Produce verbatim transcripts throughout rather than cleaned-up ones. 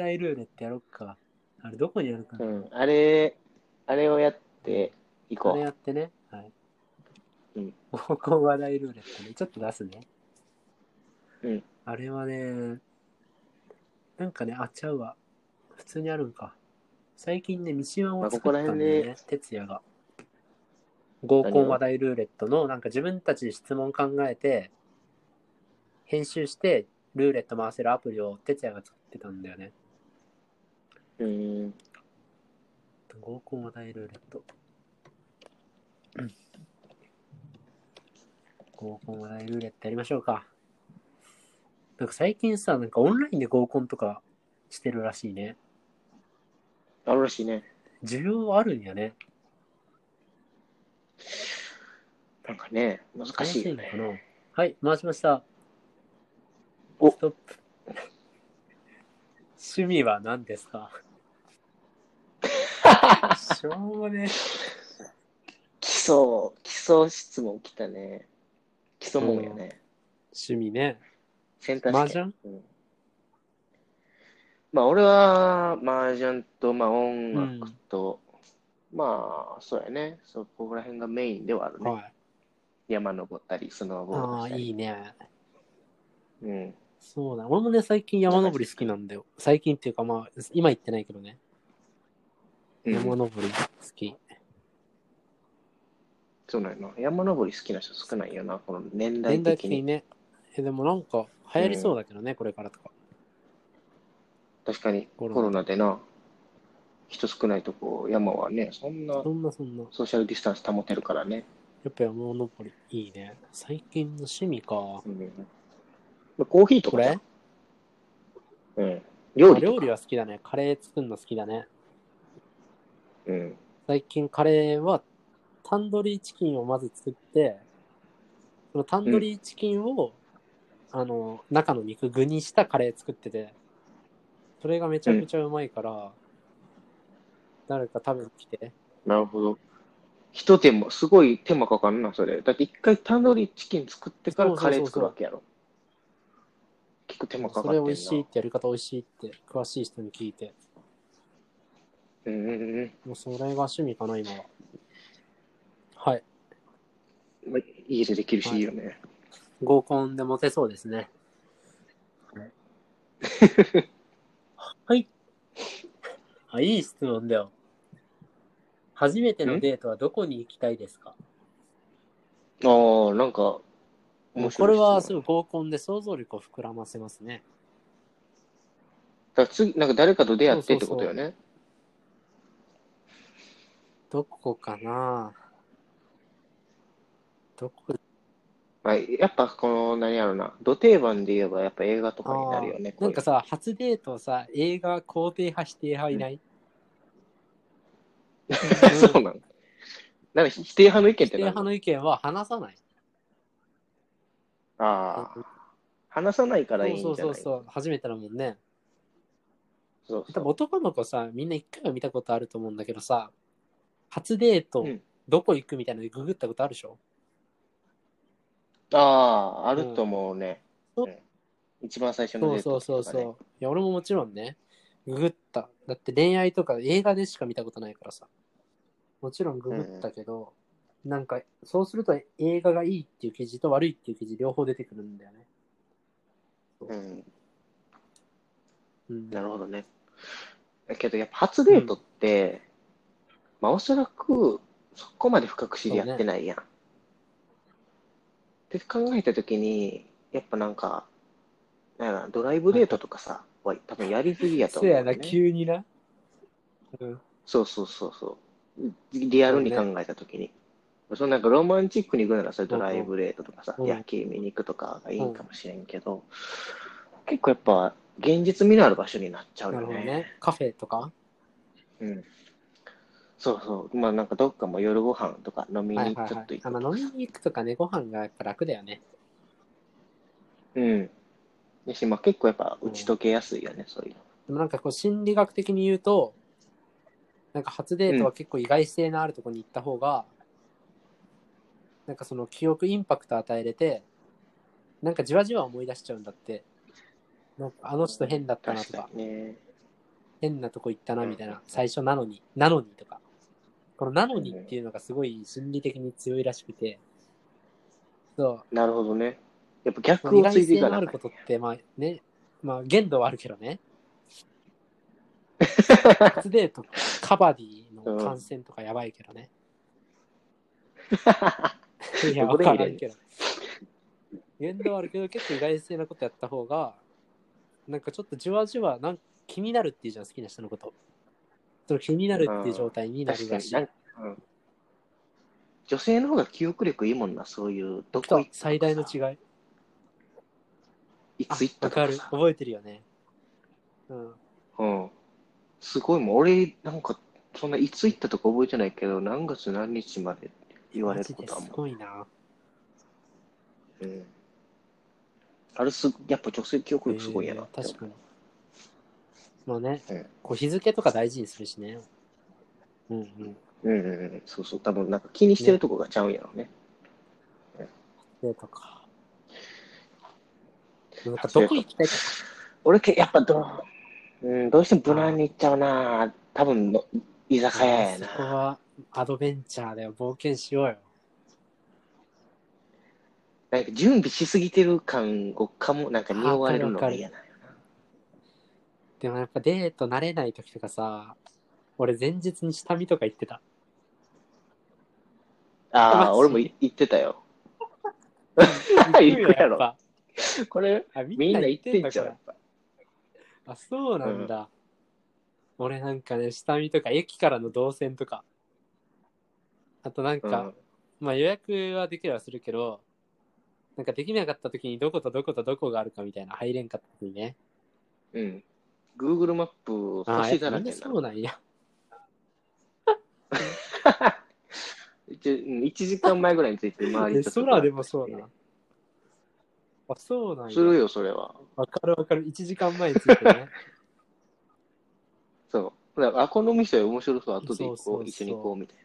題ルーレットやろっか。あれどこにあるかな。 うん、あれ、あれをやっていこう。 あれやってね。はい。 うん。 合コン話題ルーレットね。ちょっと出すね。 うん。 あれはね、なんかね、あっちゃうわ。普通にあるんか。最近ね、ミシワンを作ったんだよね。哲也が。合コン話題ルーレットの、なんか自分たちで質問考えて、編集して、ルーレット回せるアプリを哲也が作ってたんだよね。 うん。 合コン話題ルーレット。うん。合コン話題ルーレットやりましょうか。なんか最近さ、なんかオンラインで合コンとかしてるらしいね。 あるらしいね。 需要あるんやね。 なんかね、難しいよね。 かな。はい、回しました。 おストップ。趣味は何ですか？しょうもね。 基礎、基礎質問来たね。基礎もんやね。 趣味ね。 センター試験。 麻雀、 うん、まあ俺は麻雀と、まあ、音楽と、うん、まあそうやね。そこら辺がメインではあるね。はい、山登ったり、スノーボードしたり。 ああ、いいね。 うん。 そうだ。俺もね、最近山登り好きなんだよ。最近っていうかまあ、今行ってないけどね。山登り好き。うん、 そうなんやな。山登り好きな人少ないよな、この年代的に。 年代的にね。え、でもなんか流行りそうだけどね、うん、これからとか。 確かに、コロナでな、人少ないとこ、山はね、そんな、 そんなそんな。 ソーシャルディスタンス保てるからね。 やっぱ山登り、いいね。最近の趣味か。うん、 コーヒーとかじゃん。うん。料理とか。 料理は好きだね。カレー作るの好きだね。 うん。 最近カレーはタンドリーチキンをまず作って、そのタンドリーチキンを、うん、あの、中の肉具にしたカレー作ってて、それがめちゃくちゃうまいから、うん、誰か食べに来て。 なるほど。一手間、すごい手間かかるな、それ。だって一回タンドリーチキン作ってからカレー作るわけやろ。そうそうそうそう、結構手間かかってんな。 それ美味しいってやり方美味しいって詳しい人に聞いて。 うんうんうん。 もうそれが趣味かな、今は。はい。 まあ、家でできるしいいよね、はい。 合コンでモテそうですね。はい。あ、いい質問だよ。初めてのデートはどこに行きたいですか？ ああ、なんか、 面白い質問。これはすぐ合コンで想像力を膨らませますね。 だから次、なんか誰かと出会ってってことよね。そうそうそう、 どこかな？どこ？ まあ、やっぱこの、何やろな、ド定番で言えばやっぱ映画とかになるよね。 なんかさ、初デートさ、映画肯定派否定派いない？ うん、そうなの。なんか否定派の意見って何？ 否定派の意見は話さない。 ああ、話さないからいいんじゃない？そうそうそう、 初めてだもんね。 そうそう、 多分男の子さ、みんな一回は見たことあると思うんだけどさ、初デート、うん、どこ行くみたいなのでググったことあるでしょ？ ああ、あると思うね。うんうん、一番最初のデートとか、ね。そうそうそうそう。 いや、俺ももちろんね、ググった。だって恋愛とか映画でしか見たことないからさ。もちろんググったけど、うん、なんか、そうすると映画がいいっていう記事と悪いっていう記事両方出てくるんだよね。 うん。 うん、 なるほどね。だけどやっぱ初デートって、うん、まあおそらくそこまで深く知り合ってないやん。って考えたときに、やっぱなんか、なんやな、ドライブデートとかさ、は多分やりすぎやと思う、ね。そうやな、 急にな。 うん、そうそうそうそう。リアルに考えたときに。そのなんかロマンチックに行くならそれドライブデートとかさ、うん、夜景見に行くとかがいいかもしれんけど、うん、結構やっぱ現実味のある場所になっちゃうよね。なるほどね。 カフェとか？ うん。そうそう。まあなんかどっかも夜ご飯とか飲みにちょっと行くとか、はいはいはい、 飲みに行くとかね、ご飯がやっぱ楽だよね。 うん。でし、まあ結構やっぱ打ち解けやすいよね、うん、そういうの。 でもなんかこう心理学的に言うと、なんか初デートは結構意外性のあるところに行った方が、うん、なんかその記憶インパクト与えれて、なんかじわじわ思い出しちゃうんだって。なんかあの人変だったなとか。 確かにね。 変なとこ行ったなみたいな、最初なのになのにとか、このなのにっていうのがすごい心理的に強いらしくて、 そうなるほどね。やっぱ逆をついていかない、ね、 意外性のあることってまあね、まあ限度はあるけどね。初デートカバディの感染とかやばいけどね。うん、いや分からんけど。限度はあるけど結構意外性なことやった方がなんかちょっとじわじわなんか気になるっていうじゃん、好きな人のこと。その気になるっていう状態になるらしい。うん、 女性の方が記憶力いいもんな、そういうどこ行った最大の違い。 いつ行ったとかさ。 わかる、覚えてるよね。うん。 うん。すごいもん、俺なんかそんないつ行ったとか覚えてないけど、何月何日まで言われることはもう。 すごいな。 うん。あれすやっぱ女性記憶力すごいやな、 えー、確かに。まあね、 うん、 こう日付とか大事にするしね。うんうん。 うんうんうん、そうそう、多分なんか気にしてるとこがちゃうんやろうね。 デートか。なんかどこ行きたいか。 俺けやっぱどう、うん、どうしても無難に行っちゃうな。多分の居酒屋やな。 そこはアドベンチャーだよ。冒険しようよ。 なんか準備しすぎてる感をかもなんか匂われるのが嫌なんよな。 でもやっぱデート慣れない時とかさ、俺前日に下見とか行ってた。 ああ、俺も行ってたよ。行くやろ。これみんな行ってんじゃん。やっぱあ、そうなんだ。うん、俺なんかね、下見とか駅からの動線とか。あとなんか、うん、まあ予約はできればするけど、なんかできなかった時にどことどことどこがあるかみたいな、入れんかった時にね。 うん。Google マップ星だらけになる。 そうなんや。 いちじかんまえぐらいについて周りと空でもそうな。あ、そうなんや。 するよ、それは。 わかるわかる。いちじかんまえについてね。 そう。だからあ、この店面白そう、後で行こう、そうそうそう、一緒に行こうみたいな。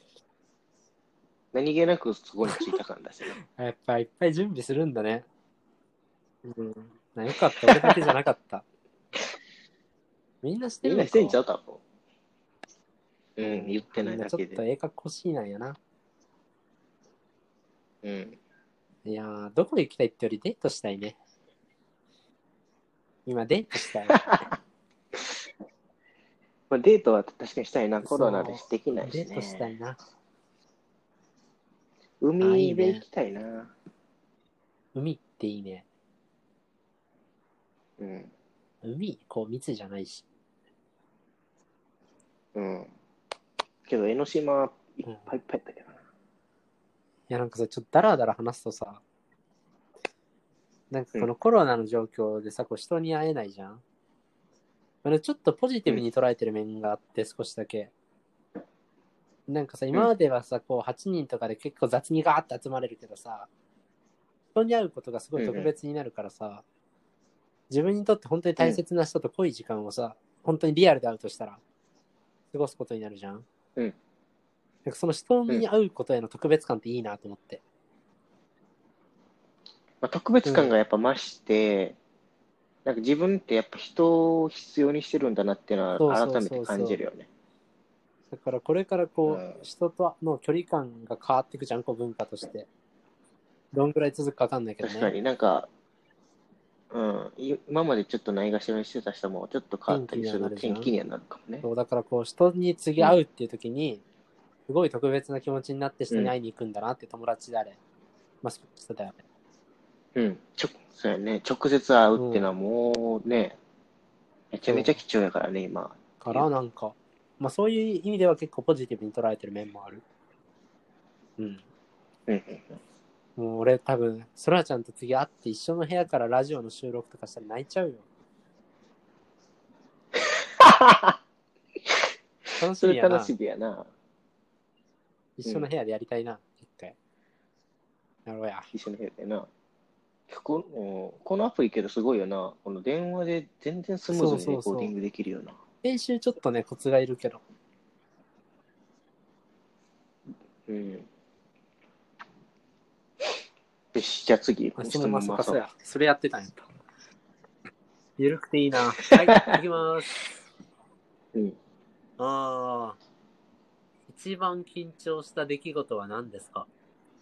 何気なくそこに着いた感だしな。やっぱいっぱい準備するんだね。うん。なよかった、俺だけじゃなかった。みんなしてるのか。 みんなしてんちゃう多分。うん、言ってないだけで。 ちょっとええ格好しいなんやな。 うん。 いやー、どこ行きたいってよりデートしたいね。今デートしたい。 まあ、デートは確かにしたいな。コロナでできないしね。 デートしたいな。 海で行きたいな。いいね、 海っていいね。 うん。 海、こう密じゃないし。 うん。けど江ノ島いっぱいいっぱいだけどな。うん、いやなんかさ、ちょっとダラダラ話すとさ、なんかこのコロナの状況でさ、こう人に会えないじゃん。ちょっとポジティブに捉えてる面があって、少しだけ。なんかさ、今まではさ、こうはちにんとかで結構雑にガーって集まれるけどさ、人に会うことがすごい特別になるからさ、うんうん、自分にとって本当に大切な人と濃い時間をさ、うん、本当にリアルで会うとしたら、過ごすことになるじゃん。うん。なんかその人に会うことへの特別感っていいなと思って。 まあ、特別感がやっぱ増して、うん、なんか自分ってやっぱ人を必要にしてるんだなっていうのは改めて感じるよね。 だからこれからこう、うん、人との距離感が変わっていくじゃん、こう文化として。どんぐらい続くか分かんないけどね。 確かになんか、うん、今までちょっとないがしろにしてた人もちょっと変わったりする転機にはなるかもね。 そうだからこう人に次会うっていう時に、すごい特別な気持ちになって人に会いに行くんだなって、友達であれ、まあ好きな人だよね。 うん、ちょそうやね、直接会うっていうのはもうね、うん、めちゃめちゃ貴重やからね、今。 からなんか、まあそういう意味では結構ポジティブに捉えてる面もある。うん。 うんうん。 もう俺多分、そらちゃんと次会って一緒の部屋からラジオの収録とかしたら泣いちゃうよ。楽しみやな。 楽しみやな。 一緒の部屋でやりたいな、うん、一回。やろうや。 一緒の部屋でな。この、このアプリけどすごいよな。この電話で全然スムーズにレコーディングできるよな。そうそうそう、 編集ちょっとね、コツがいるけど。 うん。よし、じゃあ次、 質問回そう。それやってたんやった。ゆるくていいな。はい、いきます。 うん。 ああ。一番緊張した出来事は何ですか？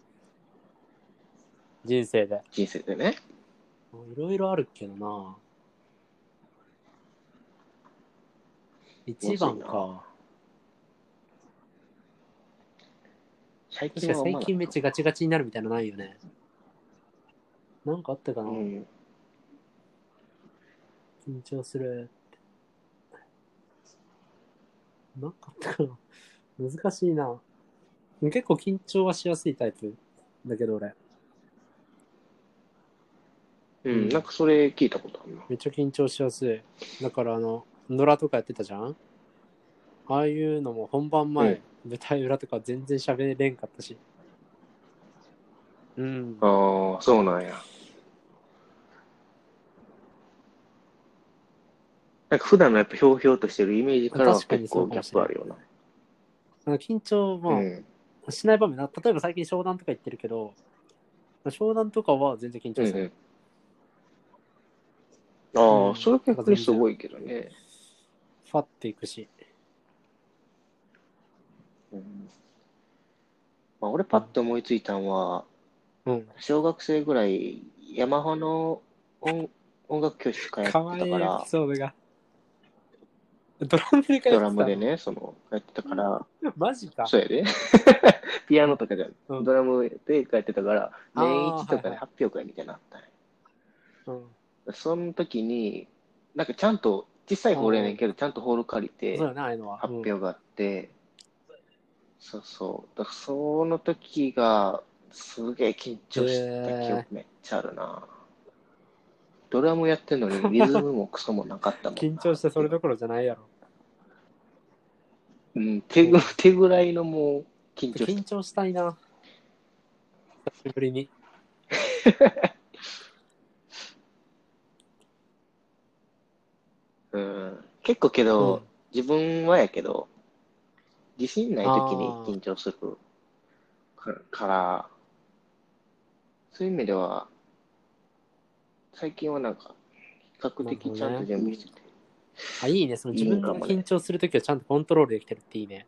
人生で。 人生でね。 いろいろあるけどな。一番か。 最確かに最近めっちゃガチガチになるみたいなのないよね。なんかあったかな、うん、緊張する。なんかあったかな難しいな。結構緊張はしやすいタイプだけど俺。 うん、うん、なんかそれ聞いたことあるな。 めっちゃ緊張しやすい。だからあの、ノラとかやってたじゃん？ああいうのも本番前、うん、舞台裏とか全然喋れんかったし。うん。 ああ、そうなんや。なんか普段のやっぱひょうひょうとしてるイメージからは結構ギャップあるよな。 緊張は、うん、しない場面な、例えば最近商談とか言ってるけど、商談とかは全然緊張する。 うんうん、ああ、うん、それ逆にすごいけどね。 ファっていくし。 うん、まあ、俺パッと思いついたのは、うん、小学生ぐらいヤマハの 音, 音楽教室通ってたから。かわいいエピソードが。ドラムで通ってたの？ドラムでね、その、通ってたから。 マジか。 そうやで。ピアノとかじゃ、うん、ドラムで通ってたから、年一とかで発表会みたいなのあったね。はいはい、うん、その時に、なんかちゃんと、小さいホールやねんけど、ちゃんとホール借りて、発表があって、そうそう。だからその時が、すげえ緊張した記憶めっちゃあるな。ドラムやってんのにリズムもクソもなかったもん。 緊張してそれどころじゃないやろ。 うん、手ぐ、手ぐらいのもう緊張した。 緊張したいな。久しぶりに。 うん、結構けど、うん、自分はやけど、自信ない時に緊張するから、そういう意味では、最近はなんか、比較的ちゃんと準備してて。ね、 あ、いいね。その自分が緊張するときはちゃんとコントロールできてるっていいね。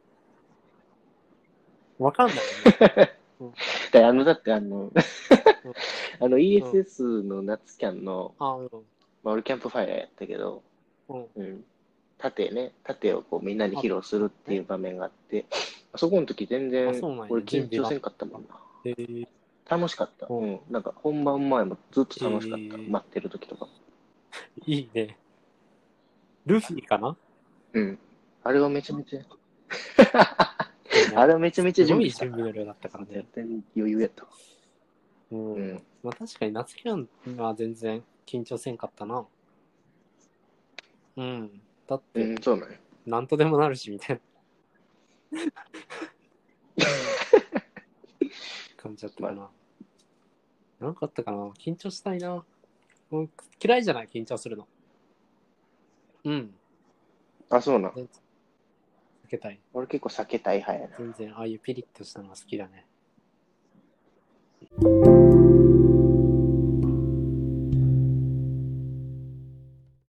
わかんないよね。うん、 だあのだってあの、あの イーエスエス の夏キャンの、うん、まあ、俺キャンプファイヤーやったけど、うん、うん、盾ね、盾をこうみんなに披露するっていう場面があって、あそこの時全然俺緊張せんかったもんな。へー、楽しかった。うん。なんか本番前もずっと楽しかった。待ってる時とか。 いいね。ルフィかな？ うん。あれはめちゃめちゃ。あれはめちゃめちゃ準備した。 すごい準備の量だったからね。 絶対余裕やった。 うん。うん、まあ確かに夏キャンは全然緊張せんかったな。うん。だって、うん、そうね。なんとでもなるし、みたいな。感じだったかな。まあ、なんかあったかな。緊張したいな。嫌いじゃない、緊張するの。うん。 あ、そうな。 避けたい。 俺結構避けたい派やな。 全然、ああいうピリッとしたのが好きだね。